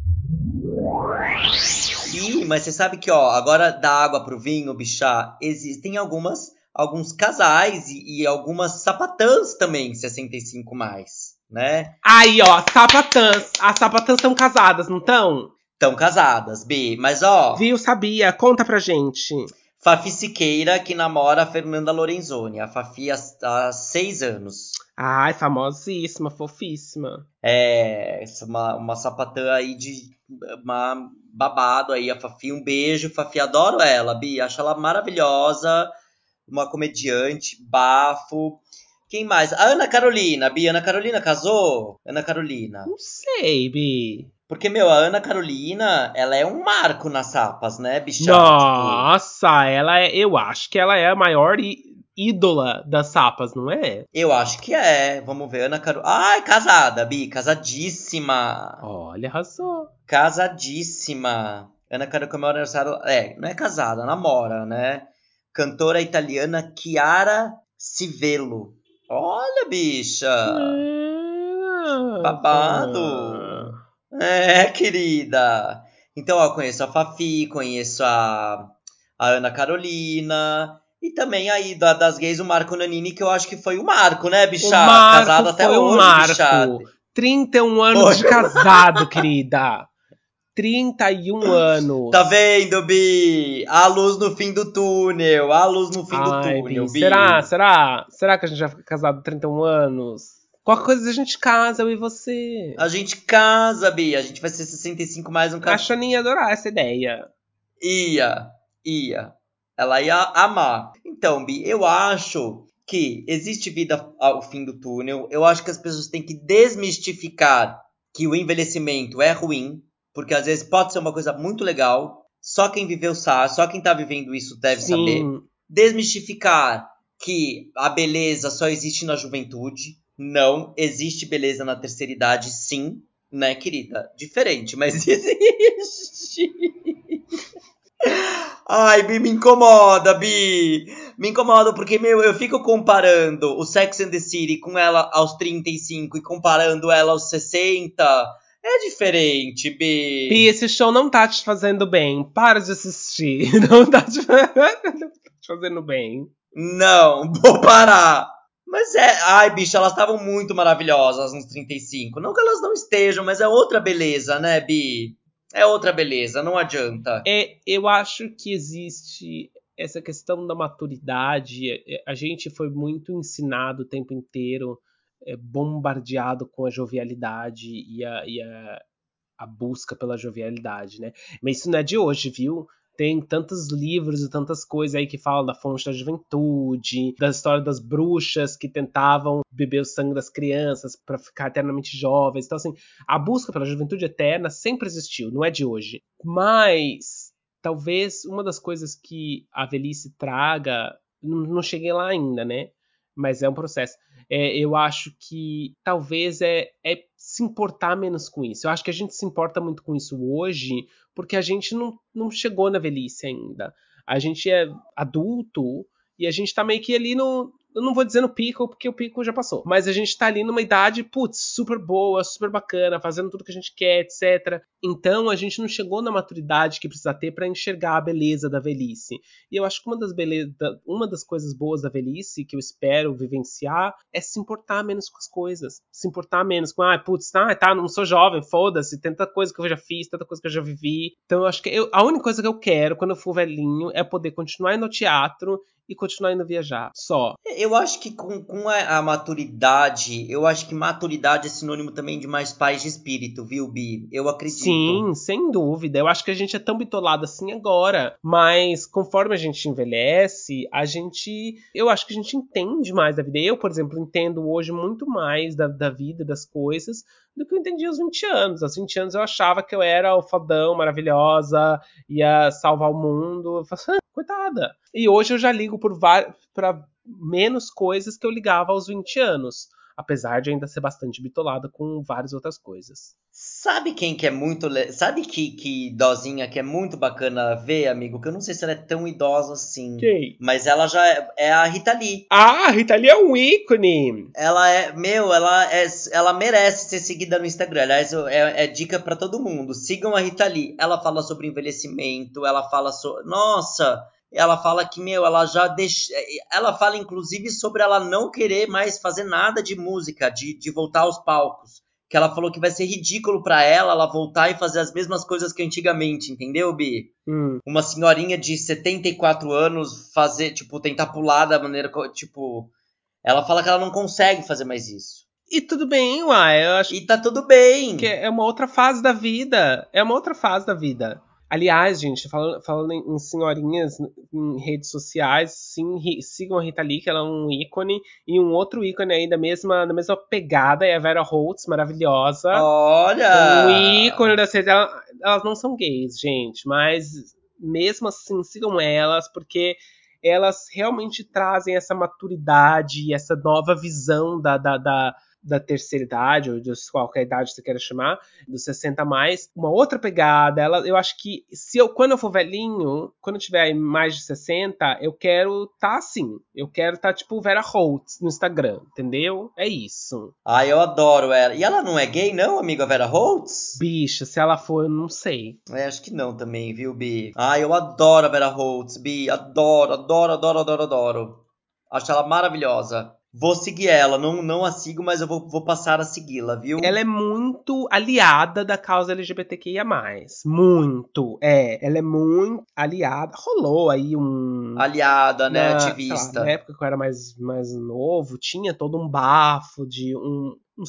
Ih, mas você sabe que, ó, agora da água pro vinho, bicha, existem alguns casais e algumas sapatãs também, 65 mais, né? Aí, ó, sapatãs. As sapatãs estão casadas, não estão? Estão casadas, Bi. Mas, ó, Viu, sabia? Conta pra gente. Fafi Siqueira que namora a Fernanda Lorenzoni. A Fafi há 6 anos. Ai, famosíssima, fofíssima. É, uma sapatã aí de uma babado aí, a Fafi. Um beijo, Fafi. Adoro ela, Bi. Acho ela maravilhosa. Uma comediante, bafo. Quem mais? A Ana Carolina, Bi. Ana Carolina casou? Ana Carolina. Não sei, Bi. Porque, meu, a Ana Carolina, ela é um marco nas sapas, né, bicha? Tipo, Nossa, eu acho que ela é a maior ídola das sapas, não é? eu acho que é. Vamos ver, Ana Carolina. Ai, casada, Bi. Casadíssima. Olha, arrasou. Casadíssima. Ana Carolina comemora aniversário. É, não é casada, namora, né? Cantora italiana Chiara Civello. Olha, bicha. Babado. Nossa. É, querida. Então, ó, eu conheço a Fafi, conheço a Ana Carolina. E também aí das gays o Marco Nanini, que eu acho que foi o Marco, né, O bicha? Marco Casado até foi um hoje, bicha. marco. 31 anos Foi. de casado, querida. 31 Tá anos. vendo, Bi? A luz no fim do túnel. A luz no fim do Ai, Bi, túnel, será? Bi. Será? Será que a gente já fica casado 31 anos? Qualquer coisa a gente casa, eu e você. A gente casa, Bi. A gente vai ser 65 mais um A caso. Chaninha ia adorar essa ideia. Ia, ia. Ela ia amar. Então, Bi, eu acho que existe vida ao fim do túnel. Eu acho que as pessoas têm que desmistificar que o envelhecimento é ruim, porque às vezes pode ser uma coisa muito legal. Só quem viveu sabe, só quem tá vivendo isso deve saber. Sim. Desmistificar que a beleza só existe na juventude. Não, existe beleza na terceira idade, sim, né, querida? Diferente, mas existe. Ai, Bi, me incomoda, Bi. Me incomoda porque, meu, eu fico comparando o Sex and the City com ela aos 35 e comparando ela aos 60. É diferente, Bi, Bi. esse show não tá te fazendo bem. Para de assistir. Não tá te, não tá te fazendo bem. Não, vou parar. Mas ai, bicho, elas estavam muito maravilhosas nos 35. Não que elas não estejam, mas é outra beleza, né, Bi? É outra beleza, não adianta. Eu acho que existe essa questão da maturidade. A gente foi muito ensinado o tempo inteiro, bombardeado com a jovialidade a busca pela jovialidade, né? Mas isso não é de hoje, viu? Tem tantos livros e tantas coisas aí que falam da fonte da juventude, da história das bruxas que tentavam beber o sangue das crianças para ficar eternamente jovens. Então, assim, a busca pela juventude eterna sempre existiu, não é de hoje. Mas talvez uma das coisas que a velhice traga, não cheguei lá ainda, né? Mas é um processo. Eu acho que talvez é se importar menos com isso. Eu acho que a gente se importa muito com isso hoje porque a gente não chegou na velhice ainda. A gente é adulto e a gente tá meio que ali no. Eu não vou dizer no pico, porque o pico já passou. Mas a gente tá ali numa idade, putz, super boa, super bacana, fazendo tudo que a gente quer, etc. Então a gente não chegou na maturidade que precisa ter para enxergar a beleza da velhice. E eu acho que uma das coisas boas da velhice que eu espero vivenciar é se importar menos com as coisas. Se importar menos com, putz, tá, não sou jovem, foda-se, tanta coisa que eu já fiz, tanta coisa que eu já vivi. Então eu acho que a única coisa que eu quero quando eu for velhinho é poder continuar indo ao teatro e continuar indo viajar. Só. Eu acho que com a maturidade, eu acho que maturidade é sinônimo também de mais paz de espírito, viu, Bi? Eu acredito. Sim, sem dúvida. Eu acho que a gente é tão bitolado assim agora, mas conforme a gente envelhece, eu acho que a gente entende mais da vida. Eu, por exemplo, entendo hoje muito mais da vida, das coisas, do que eu entendi aos 20 anos. Aos 20 anos eu achava que eu era o fodão, maravilhosa, ia salvar o mundo. Eu falava, coitada. E hoje eu já ligo para menos coisas que eu ligava aos 20 anos. Apesar de ainda ser bastante bitolada com várias outras coisas. Sabe quem que é muito. Sabe que idosinha que é muito bacana ver, amigo? Que eu não sei se ela é tão idosa assim. Quem? Mas ela já é a Rita Lee. Ah, a Rita Lee é um ícone! Ela é, meu, ela merece ser seguida no Instagram. Aliás, é dica pra todo mundo. Sigam a Rita Lee. Ela fala sobre envelhecimento, ela fala sobre, nossa, ela fala que, meu, ela já deixa, ela fala inclusive sobre ela não querer mais fazer nada de música, de voltar aos palcos. Que ela falou que vai ser ridículo pra ela voltar e fazer as mesmas coisas que antigamente, entendeu, Bi? Hum. Uma senhorinha de 74 anos fazer, tipo, tentar pular da maneira, tipo, ela fala que ela não consegue fazer mais isso. E tudo bem, uai. Eu acho E tá tudo que bem. é uma outra fase da vida. É uma outra fase da vida. Aliás, gente, falando em senhorinhas em redes sociais, sim, sigam a Rita Lee, que ela é um ícone. E um outro ícone aí da mesma pegada é a Vera Holtz, maravilhosa. Um ícone Olha! das redes. Elas não são gays, gente, mas mesmo assim, sigam elas, porque elas realmente trazem essa maturidade, essa nova visão da terceira idade, ou de qualquer idade você queira chamar, dos 60 a mais, uma outra pegada. Eu acho que quando eu for velhinho, quando eu tiver mais de 60, eu quero tá assim. Eu quero tá tipo Vera Holtz no Instagram, entendeu? É isso. Ai, eu adoro ela. E ela não é gay, não, amiga Vera Holtz? Bicha, se ela for, eu não sei. É, acho que não também, viu, Bi? Ai, eu adoro a Vera Holtz, Bi. Adoro, adoro, adoro, adoro, adoro. Acho ela maravilhosa. Vou seguir ela. Não, não a sigo, mas eu vou passar a segui-la, viu? Ela é muito aliada da causa LGBTQIA+. Muito. Ela é muito aliada. Rolou aí Aliada, né? sei lá, na Ativista. época que eu era mais novo, tinha todo um bafo de um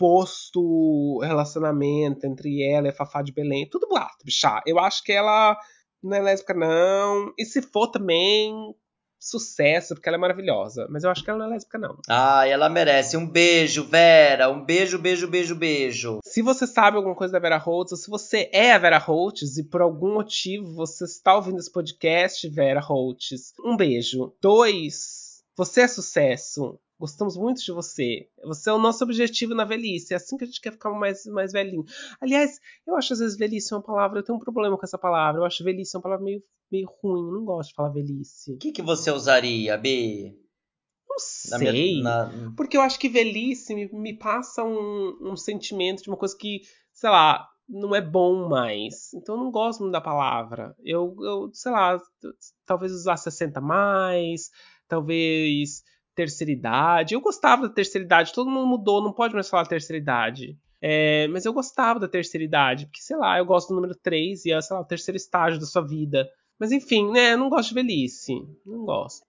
suposto relacionamento entre ela e a Fafá de Belém. Tudo boato, bichá. Eu acho que ela não é lésbica, não. E se for também, sucesso, porque ela é maravilhosa. Mas eu acho que ela não é lésbica, não. Ai, ela merece. Um beijo, Vera. Um beijo, beijo, beijo, beijo. Se você sabe alguma coisa da Vera Holtz, ou se você é a Vera Holtz e por algum motivo você está ouvindo esse podcast, Vera Holtz, um beijo. 2, você é sucesso. Gostamos muito de você. Você é o nosso objetivo na velhice. É assim que a gente quer ficar mais velhinho. Aliás, eu acho às vezes velhice é uma palavra. Eu tenho um problema com essa palavra. Eu acho velhice uma palavra meio ruim. Eu não gosto de falar velhice. O que você usaria, B? Não Na minha, sei. na... Porque eu acho que velhice me passa um sentimento de uma coisa que, sei lá, não é bom mais. Então eu não gosto muito da palavra. Eu sei lá, talvez usar 60 mais, talvez terceira idade. Eu gostava da terceira idade, todo mundo mudou, não pode mais falar terceira idade. Mas eu gostava da terceira idade, porque, sei lá, eu gosto do número 3 e é, sei lá, o terceiro estágio da sua vida. Mas enfim, né, eu não gosto de velhice. Não gosto.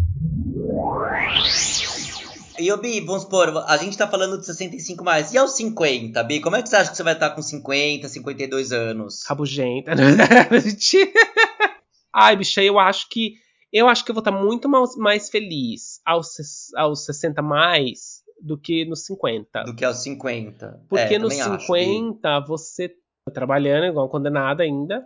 E, ô, Bi, vamos supor, a gente tá falando de 65 mais. E aos 50, Bi? Como é que você acha que você vai estar com 50, 52 anos? Rabugenta. Mentira. Ai, bicha, eu acho que eu vou estar muito mais feliz aos 60 mais do que nos 50. Do que aos 50. É, Porque nos também acho, Bi. 50 você tá trabalhando igual condenada ainda.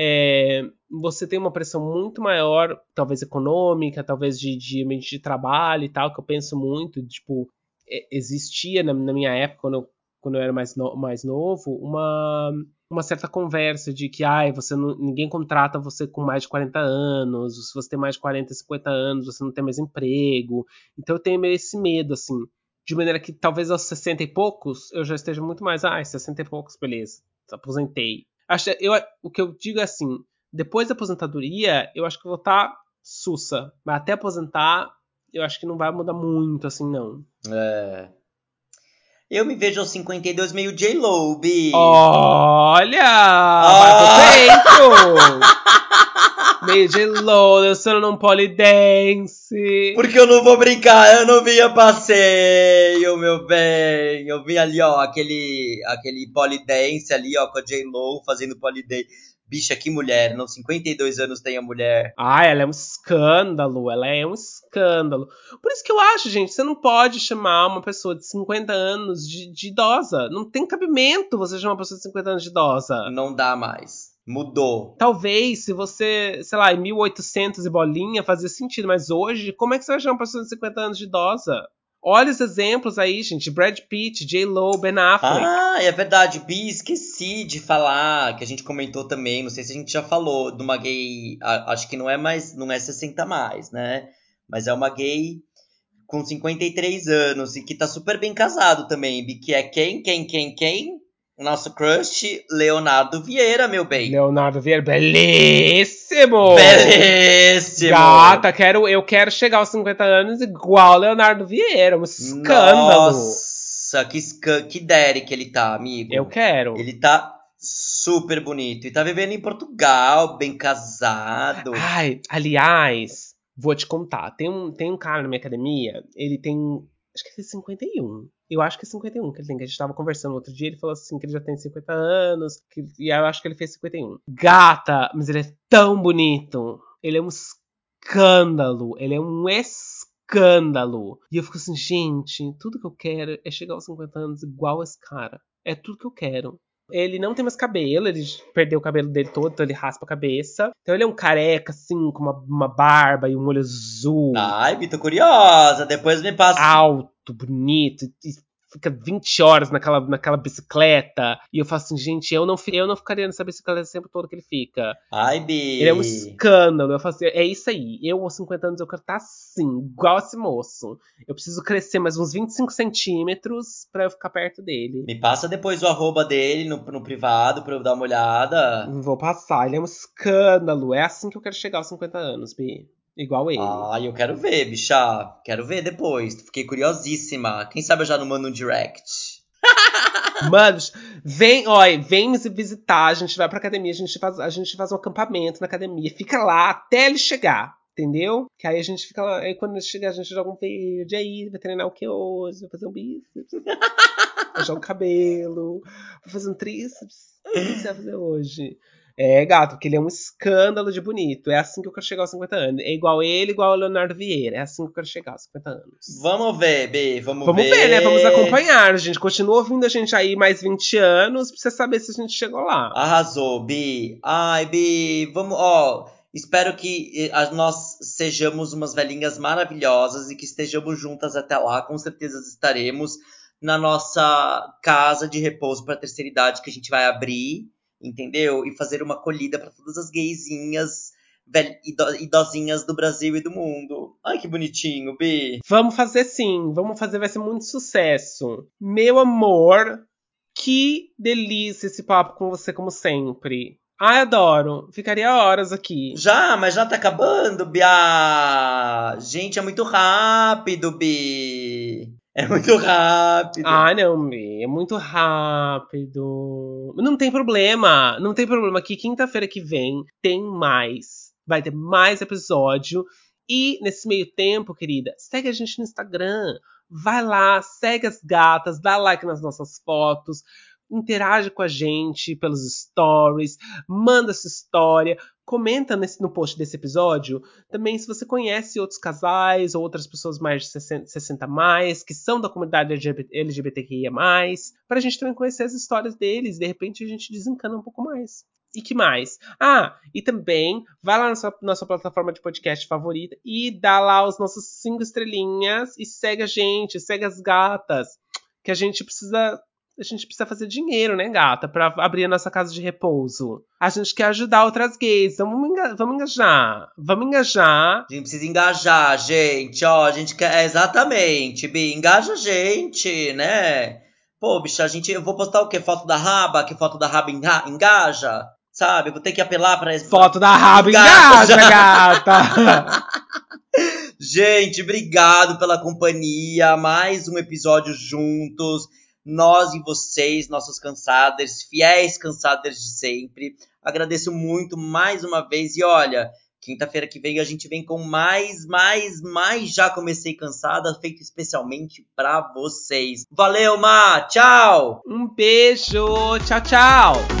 Você tem uma pressão muito maior, talvez econômica, talvez de ambiente de trabalho e tal, que eu penso muito, tipo, existia na minha época, quando eu era mais novo, uma certa conversa de que você ninguém contrata você com mais de 40 anos, se você tem mais de 40, 50 anos, você não tem mais emprego. Então eu tenho meio esse medo, assim. De maneira que talvez aos 60 e poucos eu já esteja muito mais, 60 e poucos, beleza, aposentei. O que eu digo é assim, depois da aposentadoria, eu acho que eu vou estar sussa. Mas até aposentar, eu acho que não vai mudar muito, assim, não. É. Eu me vejo aos 52 meio J-Lo, Bi. Olha! Vai pro Ah! peito! Meio de low, dançando num polidense. Porque eu não vou brincar, eu não vim a passeio, meu bem. Eu vi ali, ó, aquele polidense ali, ó, com a J-Lo fazendo polidense. Bicha, que mulher, não, 52 anos tem a mulher. Ela é um escândalo, ela é um escândalo. Por isso que eu acho, gente, você não pode chamar uma pessoa de 50 anos de idosa. Não tem cabimento você chamar uma pessoa de 50 anos de idosa. Não dá mais. Mudou. Talvez, se você, sei lá, em 1800 e bolinha, fazia sentido. Mas hoje, como é que você vai chamar uma pessoa de 50 anos de idosa? Olha os exemplos aí, gente. Brad Pitt, J-Lo, Ben Affleck. Ah, é verdade, Bi, esqueci de falar, que a gente comentou também, não sei se a gente já falou, de uma gay, acho que não é mais, não é 60 mais, né? Mas é uma gay com 53 anos e que tá super bem casado também, Bi, que é quem? O nosso crush, Leonardo Vieira, meu bem. Leonardo Vieira, belíssimo! Belíssimo! Gata, eu quero chegar aos 50 anos igual Leonardo Vieira, um escândalo. Nossa, que daddy que ele tá, Eu amigo. quero. Ele tá super bonito. E tá vivendo em Portugal, bem casado. Ai, aliás, vou te contar. Tem um cara na minha academia, ele tem. Acho que ele tem 51. Eu acho que é 51 que ele tem, que a gente tava conversando outro dia. Ele falou assim que ele já tem 50 anos. E eu acho que ele fez 51. Gata, mas ele é tão bonito. Ele é um escândalo. Ele é um escândalo. E eu fico assim, gente, tudo que eu quero é chegar aos 50 anos igual esse cara. É tudo que eu quero. Ele não tem mais cabelo, ele perdeu o cabelo dele todo, então ele raspa a cabeça. Então ele é um careca, assim, com uma barba e um olho azul, Ai, Bi, tô curiosa. Depois me passa. alto, bonito, e fica 20 horas naquela bicicleta. E eu falo assim, gente, eu não ficaria nessa bicicleta o tempo todo que ele fica. Ai, Ele é um Bi. escândalo. Eu falo assim, é isso aí. Eu, aos 50 anos, eu quero estar assim, igual esse moço. Eu preciso crescer mais uns 25 centímetros pra eu ficar perto dele. Me passa depois o arroba dele no privado pra eu dar uma olhada. Não vou passar. Ele é um escândalo. É assim que eu quero chegar aos 50 anos, Bi. Igual ele. Ai, eu quero ver, bicha. Quero ver depois. Fiquei curiosíssima. Quem sabe eu já não mando um direct. Mano, vem me visitar. A gente vai pra academia, a gente faz um acampamento na academia. Fica lá até ele chegar. Entendeu? Que aí a gente fica lá. Aí quando ele chegar, a gente joga um verde. Aí vai treinar o que hoje? Vai fazer um bíceps. Vai jogar um cabelo. Vai fazer um tríceps. O que você vai fazer hoje? Gato, porque ele é um escândalo de bonito. É assim que eu quero chegar aos 50 anos. É igual ele, igual o Leonardo Vieira. É assim que eu quero chegar aos 50 anos. Vamos ver, B. Vamos Vamos ver, né? Vamos ver. acompanhar. A gente continua ouvindo a gente aí mais 20 anos pra você saber se a gente chegou lá. Arrasou, Bi. Ai, Bi, vamos, ó. Espero que nós sejamos umas velhinhas maravilhosas e que estejamos juntas até lá. Com certeza estaremos na nossa casa de repouso para a terceira idade que a gente vai abrir, entendeu? E fazer uma acolhida para todas as gaysinhas idosinhas do Brasil e do mundo. Ai, que bonitinho, Bi. Vamos fazer sim, vamos fazer, vai ser muito sucesso. Meu amor, que delícia esse papo com você, como sempre. Ai, adoro. Ficaria horas aqui. Mas já tá acabando, Bia. Gente, é muito rápido, Bi. É muito rápido. Ah, não, é muito rápido. Não tem problema, não tem problema. Que quinta-feira que vem tem mais. Vai ter mais episódio. E nesse meio tempo, querida, segue a gente no Instagram. Vai lá, segue as gatas, dá like nas nossas fotos, interage com a gente pelos stories, manda sua história, comenta no post desse episódio também se você conhece outros casais ou outras pessoas mais de 60 mais, que são da comunidade LGBTQIA+, pra gente também conhecer as histórias deles, de repente a gente desencana um pouco mais. E que mais? Ah, e também vai lá na sua plataforma de podcast favorita e dá lá os nossos 5 estrelinhas e segue a gente, segue as gatas, que a gente precisa fazer dinheiro, né, gata? Pra abrir a nossa casa de repouso. A gente quer ajudar outras gays. Vamos engajar. Vamos engajar. A gente precisa engajar, gente. Ó, a gente quer. Exatamente, Bi. Engaja a gente, né? Pô, bicha, eu vou postar o quê? Foto da raba? Que foto da raba engaja? Sabe? Vou ter que apelar pra. Foto da raba engaja, gata! Gente, obrigado pela companhia. Mais um episódio juntos. Nós e vocês, nossos cansaders, fiéis cansaders de sempre. Agradeço muito mais uma vez. E olha, quinta-feira que vem a gente vem com mais. Já comecei cansada, feito especialmente pra vocês. Valeu, Ma! Tchau! Um beijo! Tchau, tchau!